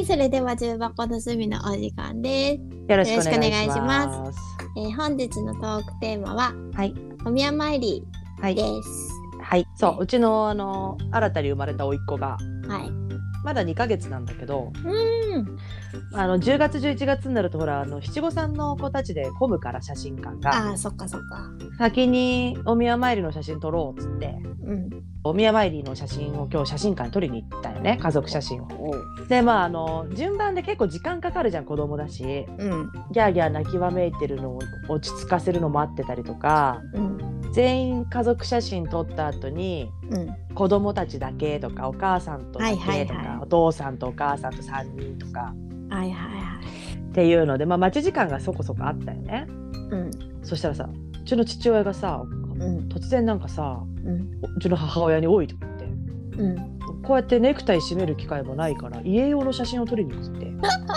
それでは重箱の隅のお時間です。 よろしくお願いしよろしくお願いしま。 ます本日のトークテーマははい、 お宮参りはいで、す。 はい、そう、うちの新たに生まれた甥っ子がはい。 まだ2ヶ月なんだけど、 10 10月11月になるとほら七五三の子たちで混むから写真館があ、そっかそっか。 先にお宮参りの写真撮ろうっつってうん。 お宮参りの写真を今日写真館に撮りに行ったよね、家族写真を。で順番で結構時間かかるじゃん、子供だしうん。 ギャーギャー泣きわめいてるのを落ち着かせるの待ってたりとか、全員家族写真撮った後に子供たちだけとかお母さんとだけとか、 はいはいはいお父さんとお母さんと3人とかはいはいはい。 っていうので、待ち時間がそこそこあったよね。そしたらさ、うちの父親がさ、突然なんかさ、うちの母親に「おい」とか言って、こうやってネクタイ締める機会もないから家用の写真を撮りに行くって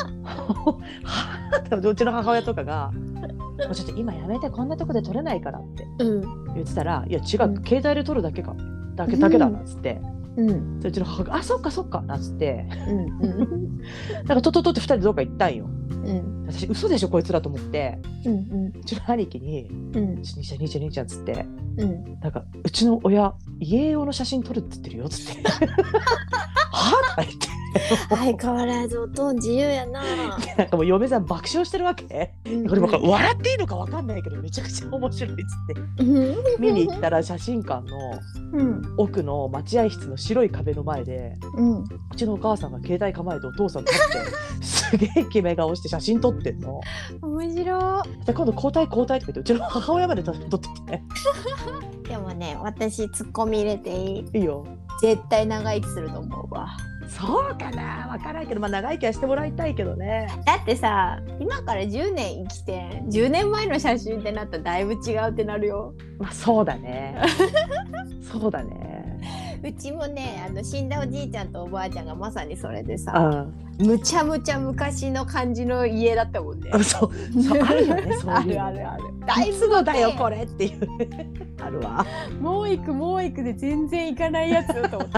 うちの母親とかが「もうちょっと今やめて、こんなとこで撮れないから」って言ってたら「いや違う、携帯で撮るだけだ」っつって、でうちの母が「あ、そっかそっか」なんつって、なんかとって2人でどっか行ったんよ。私嘘でしょこいつらと思って、うちの兄貴に「兄ちゃん兄ちゃん」っつって、なんかうちの親家用の写真撮るって言ってるよっつってはぁとか言って相変わらずおとん自由やな。 なんかもう嫁さん爆笑してるわけ。これ笑っていいのか分かんないけどめちゃくちゃ面白いっつって見に行ったら、写真館の奥の待合室の白い壁の前で、うちのお母さんが携帯構えてお父さん立ってすげえ決め顔して写真撮ってんの。 面白い。 で今度交代とか言ってうちの母親まで撮っててでもね、私ツッコミ入れていい？ いいよ。 絶対長生きすると思うわ。 そうかな、分からんけど、長生きはしてもらいたいけどね。 だってさ、今から10年生きて10年前の写真ってなったらだいぶ違うってなるよ。 そうだねそうだね。 うちもね、死んだおじいちゃんとおばあちゃんがまさにそれでさ、むちゃむちゃ昔の感じの家だったもんね。 そうあるよね、そういうの。 ある大都合だよこれっていうあるわ。 もう行くで全然行かないやつと思って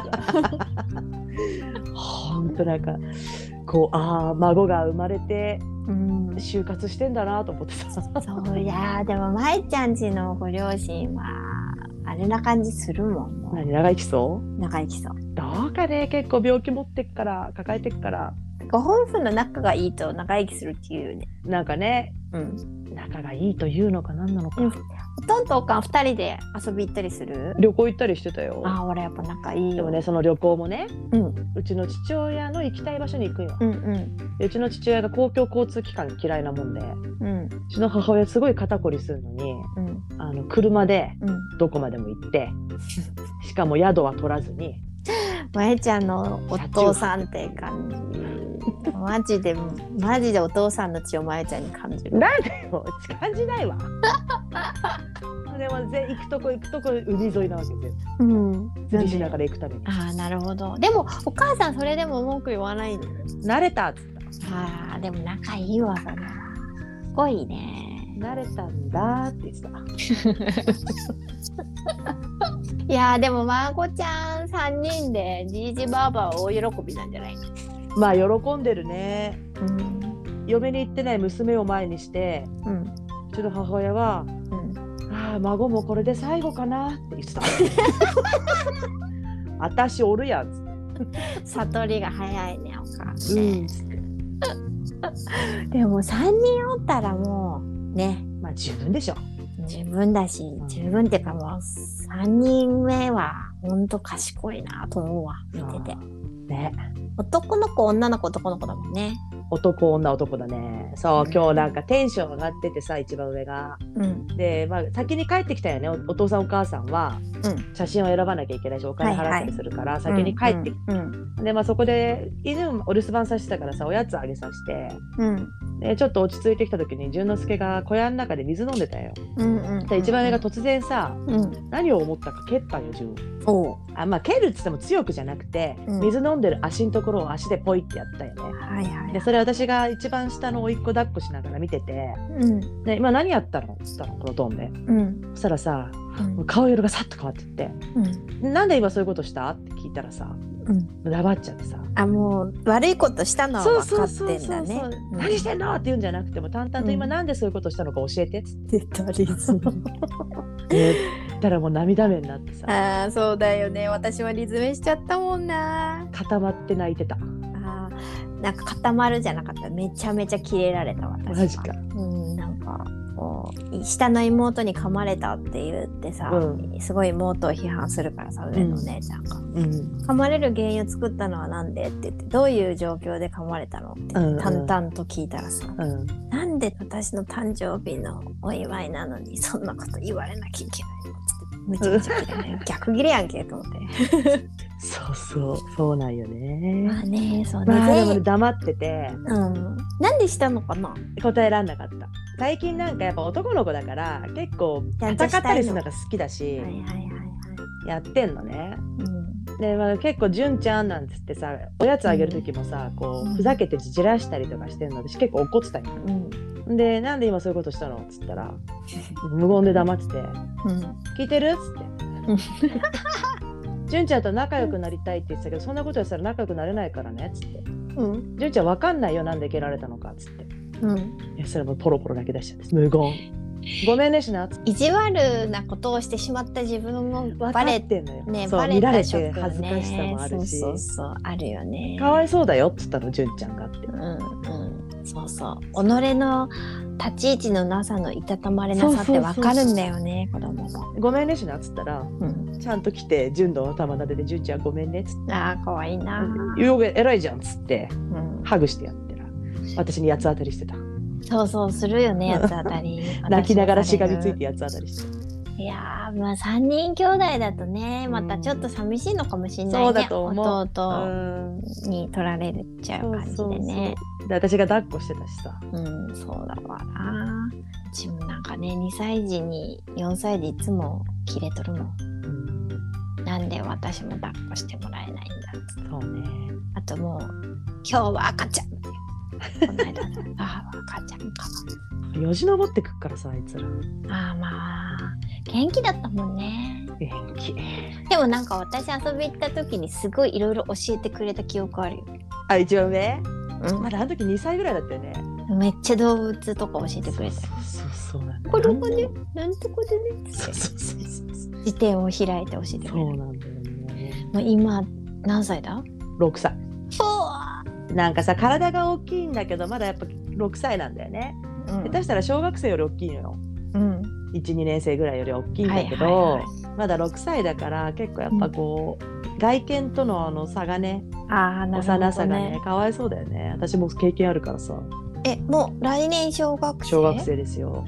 ほんとなんかこう、孫が生まれて就活してんだなと思ってさ。 そういや、でも舞ちゃんちのご両親はあれな感じするもん。 何、長生きそう？ 長生きそう。 どうかね、結構病気持ってっから抱えてっから。 ご夫婦の仲がいいと長生きするっていうね。 なんかね、仲がいいというのか何なのか。 おとんとおかん2人で遊び行ったりする？ 旅行行ったりしてたよ。 俺やっぱ仲いいよ。 でもね、その旅行もね、うちの父親の行きたい場所に行くよ。うちの父親が公共交通機関嫌いなもんで、うちの母親すごい肩こりするのに、車でどこまでも行って、しかも宿は取らずに。 まえちゃんのお父さんって感じ。マジでお父さんの血をまえちゃんに感じる。 なんでよ、感じないわでも行くとこ海沿いなわけで、釣りしながら行くために。 なるほど。でもお母さんそれでも文句言わないの？ 慣れたっつった。 でも仲いいわ、それはすごいね。 慣れたんだって言ってたいやでも孫ちゃん3人でじいじばあばは大喜びなんじゃないの？ 喜んでるね。嫁に行ってない娘を前にして、うちの母親は、孫もこれで最後かなって言ってた私おるやんつって悟りが早いね、お母さん、でも3人おったらもうね、 十分でしょ。十分だし、十分っていうかもう3人目はほんと賢いなと思うわ、見ててね。 男の子女の子男の子だもんね。 男女男だね。そう、今日なんかテンション上がっててさ、一番上が、で、先に帰ってきたよね。お父さんお母さんは、写真を選ばなきゃいけないしお金払ったりするから、先に帰ってきて、でそこで犬お留守番させてたからさ、おやつあげさせて、でちょっと落ち着いてきた時に淳之介が小屋の中で水飲んでたよ。で一番上が突然さ、何を思ったか蹴ったよ、淳。蹴るっつっても強くじゃなくて、水飲んでる足のところを足でポイってやったよね。でそれ私が一番下の甥っ子抱っこしながら見てて、で今何やったのっつったの、このトーンで。そしたらさ、 顔色がさっと変わってって、なんで今そういうことしたって聞いたらさ、黙っちゃってさ、 もう悪いことしたのは分かってんだね。 何してんのって言うんじゃなくても、淡々と今なんでそういうことしたのか教えてっつって言ったらもう涙目になってさ。 そうだよね、私はリズメしちゃったもんな。 固まって泣いてた。 なんか固まるじゃなかった、めちゃめちゃキレられた私は。 マジか。 なんか下の妹に噛まれたって言ってさ、すごい妹を批判するからさ、上のお姉ちゃんが、噛まれる原因を作ったのはなんでって言って、どういう状況で噛まれたのって淡々と聞いたらさ、なんで私の誕生日のお祝いなのにそんなこと言われなきゃいけないのってめちゃめちゃキレない逆ギレやんけと思ってそうなんよね。 まあね、そうね。 でも黙ってて、 なんでしたのかな、 答えらんなかった。最近なんかやっぱ男の子だから結構戦ったりするのが好きだし、やってんのね。で、結構純ちゃんなんつってさ、おやつあげる時もさ、こうふざけてじらしたりとかしてんので、私結構怒ってたよ。で、なんで今そういうことしたのっつったら無言で黙ってて、聞いてるっつって純ちゃんと仲良くなりたいって言ってたけど、そんなことやったら仲良くなれないからねっつって、純ちゃん分かんないよなんで蹴られたのかっつって、それもポロポロ泣き出しちゃって無言。ごめんねしなっつって、 意地悪なことをしてしまった自分をバレてんのよ。 バレ見られショックて恥ずかしさもあるし、 あるよね。 かわいそうだよっつったの純ちゃんがって。 己の立ち位置のなさのいたたまれなさってわかるんだよね、子供も。 ごめんねしなっつったら、ちゃんと来て純の頭撫でて、純ちゃんごめんねっつって、 かわいいな、 偉いじゃんっつって、ハグしてやってら私に八つ当たりしてた。 そうするよね、八つ当たり泣きながらしがみついて八つ当たりして。 いやー、3人兄弟だとね、またちょっと寂しいのかもしれないね。 そうだと思う。 弟に取られちゃう感じでね。 で、私が抱っこしてたしさ。 そうだわな。うちもなんかね、2歳児に4歳児いつもキレとるもん。なんで私も抱っこしてもらえないんだって。 そうね。 あともう今日は赤ちゃんってこの間母は赤ちゃんかよじ登ってくっからさ、あいつら。 まあ元気だったもんね。 元気。 でもなんか私遊び行った時にすごいいろいろ教えてくれた記憶あるよ。 一番上？まだあの時2歳ぐらいだったよね。 めっちゃ動物とか教えてくれた。 そうなんだ。 これがね、なんとかでね。辞典を開いて教えてくれた。そうなんだよね。今何歳だ ？6歳。なんかさ、体が大きいんだけどまだやっぱ6歳なんだよね。下手したら小学生より大きいのよ。1、2年生ぐらいより大きいんだけど、まだ6歳だから結構やっぱこう、外見との差がね、幼さがね、かわいそうだよね。私も経験あるからさ。 もう来年小学生？ 小学生ですよ。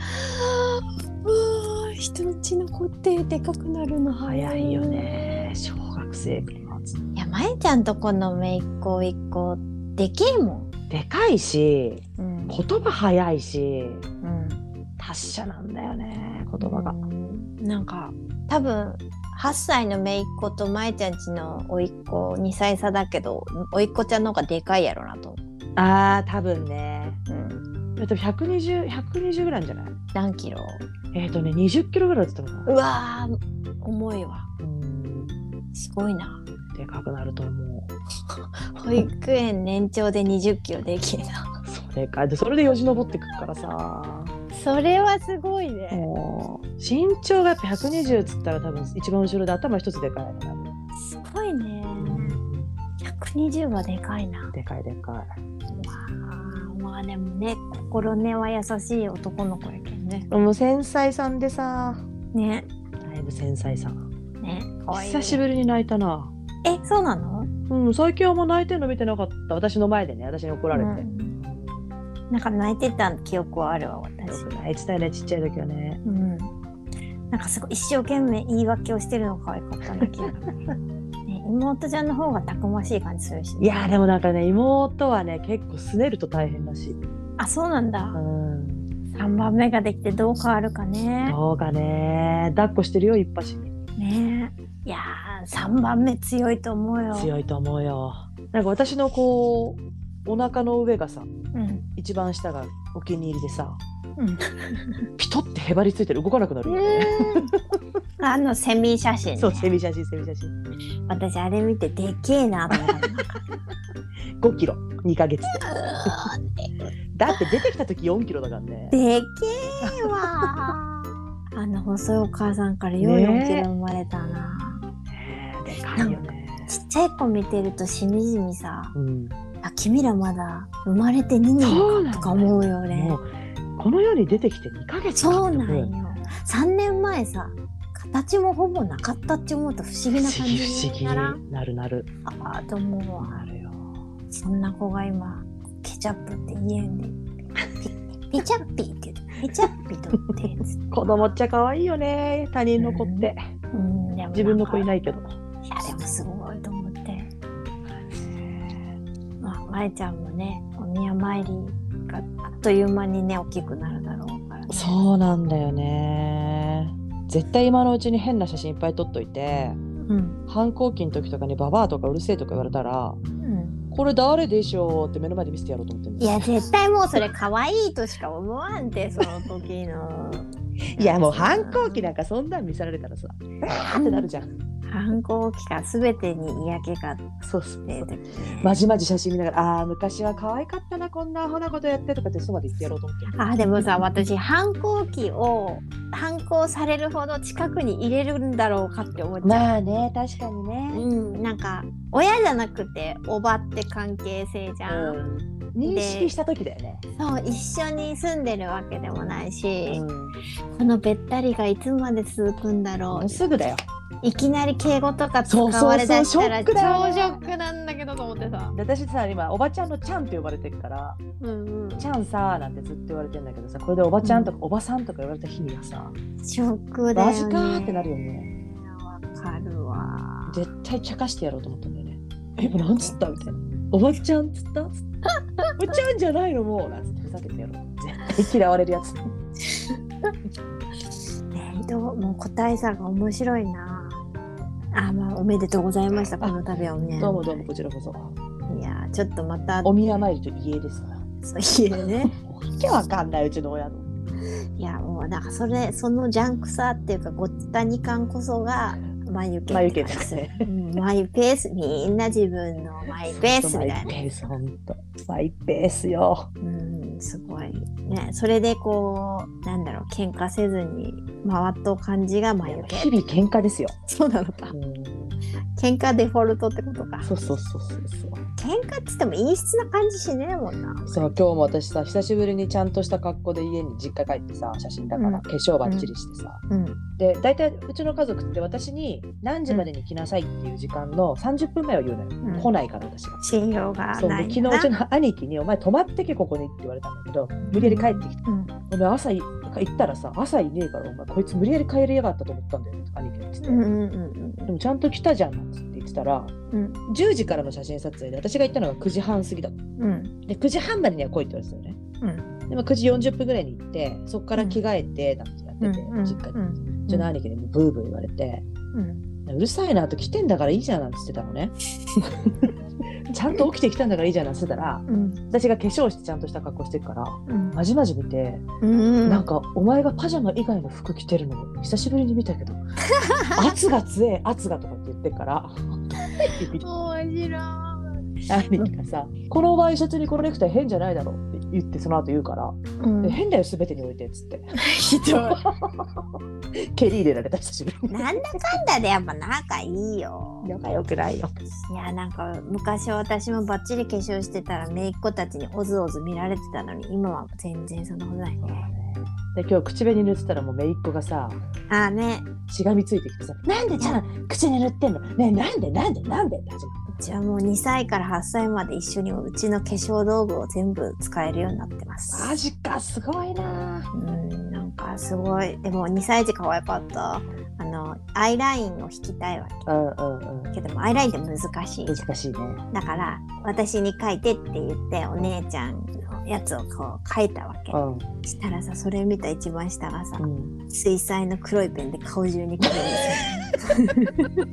人の血の子ってでかくなるの早いよね。小学生。いや、まえちゃんとこの姪っ子一個でけえもん。 でかいし、言葉早いし、達者なんだよね、言葉が。 なんか多分8歳の姪っ子とまえちゃんちのおいっ子2歳差だけど、おいっ子ちゃんの方がでかいやろなと。 多分ね。120ぐらいじゃない？ 何キロ ？20キロぐらいだったのかな。 うわー、重いわ。すごいな。 でかくなると思う。 保育園年長で20キロでけえな。 それか。でそれでよじ登ってくからさ。 それはすごいね。 身長がやっぱ120っつったら多分一番後ろで頭一つでかいな。 すごいね。120はでかいな。 でかい。 まあでもね、心根は優しい男の子やけんね。 もう繊細さんでさ。 ね。 だいぶ繊細さん。 ね。 久しぶりに泣いたな。 そうなの？ 最近はもう泣いてるの見てなかった。私の前でね、私に怒られて。 なんか泣いてた記憶はあるわ、私。 泣いてたよね、ちっちゃい時はね。 なんかすごい一生懸命言い訳をしてるのが可愛かったんだけど。妹ちゃんの方がたくましい感じするし、 いやでもなんかね、妹はね結構すねると大変だし。 そうなんだ。3番目ができてどう変わるかね。 抱っこしてるよ、一発にね。いや3番目強いと思うよ。 なんか私のこうお腹の上がさ、一番下がお気に入りでさ、ピトってへばりついてる、動かなくなるよね。 セミ写真、ね、 そうセミ写真。 私あれ見てでけえなと思った 5キロ2ヶ月でだって出てきた時4キロだからね。 でけえわ細いお母さんからよう4キロ生まれたな。 でかいよね。 ちっちゃい子見てるとしみじみさ、君らまだ生まれて2年とか思うよね。 もうこの世に出てきて2ヶ月。 そうなんよ。3年前さ形もほぼなかったって思うと不思議な感じにならん？ なるあと思うわ。 なるよ。 そんな子が今ケチャップって言えんでピチャッピーって言うとペチャッピとって子供っちゃ可愛いよね他人の子って、でも自分の子いないけど。 いやでもすごいと思って。まえちゃんもねお宮参りがあっという間にね大きくなるだろうから、ね、 そうなんだよね。絶対今のうちに変な写真いっぱい撮っといて、反抗期の時とかにババアとかうるせえとか言われたら、これ誰でしょうって目の前で見せてやろうと思ってるんだよ。 いや絶対もうそれ可愛いとしか思わんてその時のいやもう反抗期なんかそんなん見せられたらさってなるじゃん。 反抗期か全てに嫌気がそうまじまじ写真見ながら昔は可愛かったなこんなアホなことやってとかってそばで言ってやろうと思ってる。 でもさ私反抗期を反抗されるほど近くに入れるんだろうかって思っちゃう。 まあね確かにね、 なんか親じゃなくておばって関係性じゃん、 認識した時だよね。 そう一緒に住んでるわけでもないし、このべったりがいつまで続くんだろう。 もうすぐだよ。 いきなり敬語とか使われだしたら超ショックなんだけどと思ってさ。 私さ今おばちゃんのちゃんって呼ばれてるから、ちゃんさーなんてずっと言われてんだけどさ、これでおばちゃんとか、おばさんとか言われた日にはさショックだよね。 マジかーってなるよね。 わかるわ。 絶対茶化してやろうと思ったんだよね。今なんつったみたいな。おばちゃんつったおばちゃんじゃないのもうなんつってふざけてやろう。絶対嫌われるやつもう個体差が面白いな。おめでとうございました。この度はね。 どうもこちらこそ。 いやちょっとまたお宮参りと家ですから。 そう家ね。 わけわかんないうちの親の。 いやもうなんかそのジャンクさっていうかごったに感こそが眉毛ですね。 マイペースみんな自分のマイペースみたいな。 マイペース本当マイペースよ。 すごいね。それでこうなんだろう喧嘩せずに回っと感じが眉毛。 日々喧嘩ですよ。 そうなのか。喧嘩デフォルトってことか。 そう。 喧嘩って言っても陰湿な感じしねえもんな。 そう今日も私さ久しぶりにちゃんとした格好で家に実家帰ってさ写真だから化粧バッチリしてさ、で大体うちの家族って私に何時までに来なさいっていう時間の30分前を言うのよ、来ないから私が信用がない。 そうで昨日うちの兄貴にお前泊まってけここにって言われたんだけど無理やり帰ってきて、お前朝行ったらさ朝いねえからお前こいつ無理やり帰りやがったと思ったんだよね兄貴が言ってて、でもちゃんと来たじゃんなんつって言ってたら、10時からの写真撮影で私が行ったのが9時半過ぎだった、で9時半までには来いって言われてたよね、でも9時40分ぐらいに行ってそこから着替えてなんてやってて、実家にうちの兄貴にブーブー言われて、うるさいなと来てんだからいいじゃんなんて言ってたのねちゃんと起きてきたんだからいいじゃんなんて言ってたら、私が化粧してちゃんとした格好してるから、まじまじ見て、なんかお前がパジャマ以外の服着てるの久しぶりに見たけど圧が強え圧がとかって言ってるから面白い。 兄貴がさこのワイシャツにこのネクタイ変じゃないだろって言ってその後言うから、変だよ全てにおいてっつってひどい蹴り入れられた久しぶりになんだかんだでやっぱ仲いいよ。 仲良くないよ。 いやなんか昔私もバッチリ化粧してたら姪っ子たちにおずおず見られてたのに今は全然そんなことないね。 で今日口紅塗ってたらもう姪っ子がさしがみついてきてさなんでちゃん口に塗ってんのねえなんでって始まる。 うちはもう2歳から8歳まで一緒にうちの化粧道具を全部使えるようになってます。 マジかすごいな。 なんかすごい。でも2歳児可愛かった。アイラインを引きたいわけ。けどもアイラインって難しい。 難しいね。 だから私に描いてって言ってお姉ちゃんのやつをこう描いたわけ。したらさそれ見た一番下がさ、水彩の黒いペンで顔中に描いて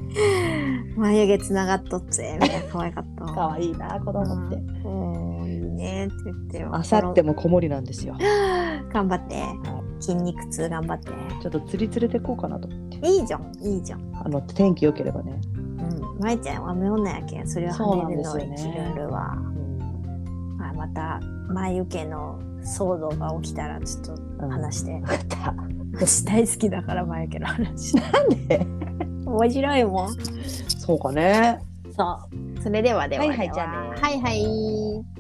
眉毛つながっとっつえみたいな可愛かった。 可愛いな子供って。 いいねって言ってよ。 あさっても子守なんですよ。 頑張って、筋肉痛頑張って。 ちょっと釣り連れてこうかなと思って。 いいじゃんいいじゃん。 天気良ければね。 まいちゃんは雨女やけん、それは跳ねるの一ルールは。また前受けの騒動が起きたらちょっと話して。私大好きだから前受けの話。 なんで？ 面白いもん。 そうかね。 そう。それではでは。 はいはい、じゃあね。 はいはい。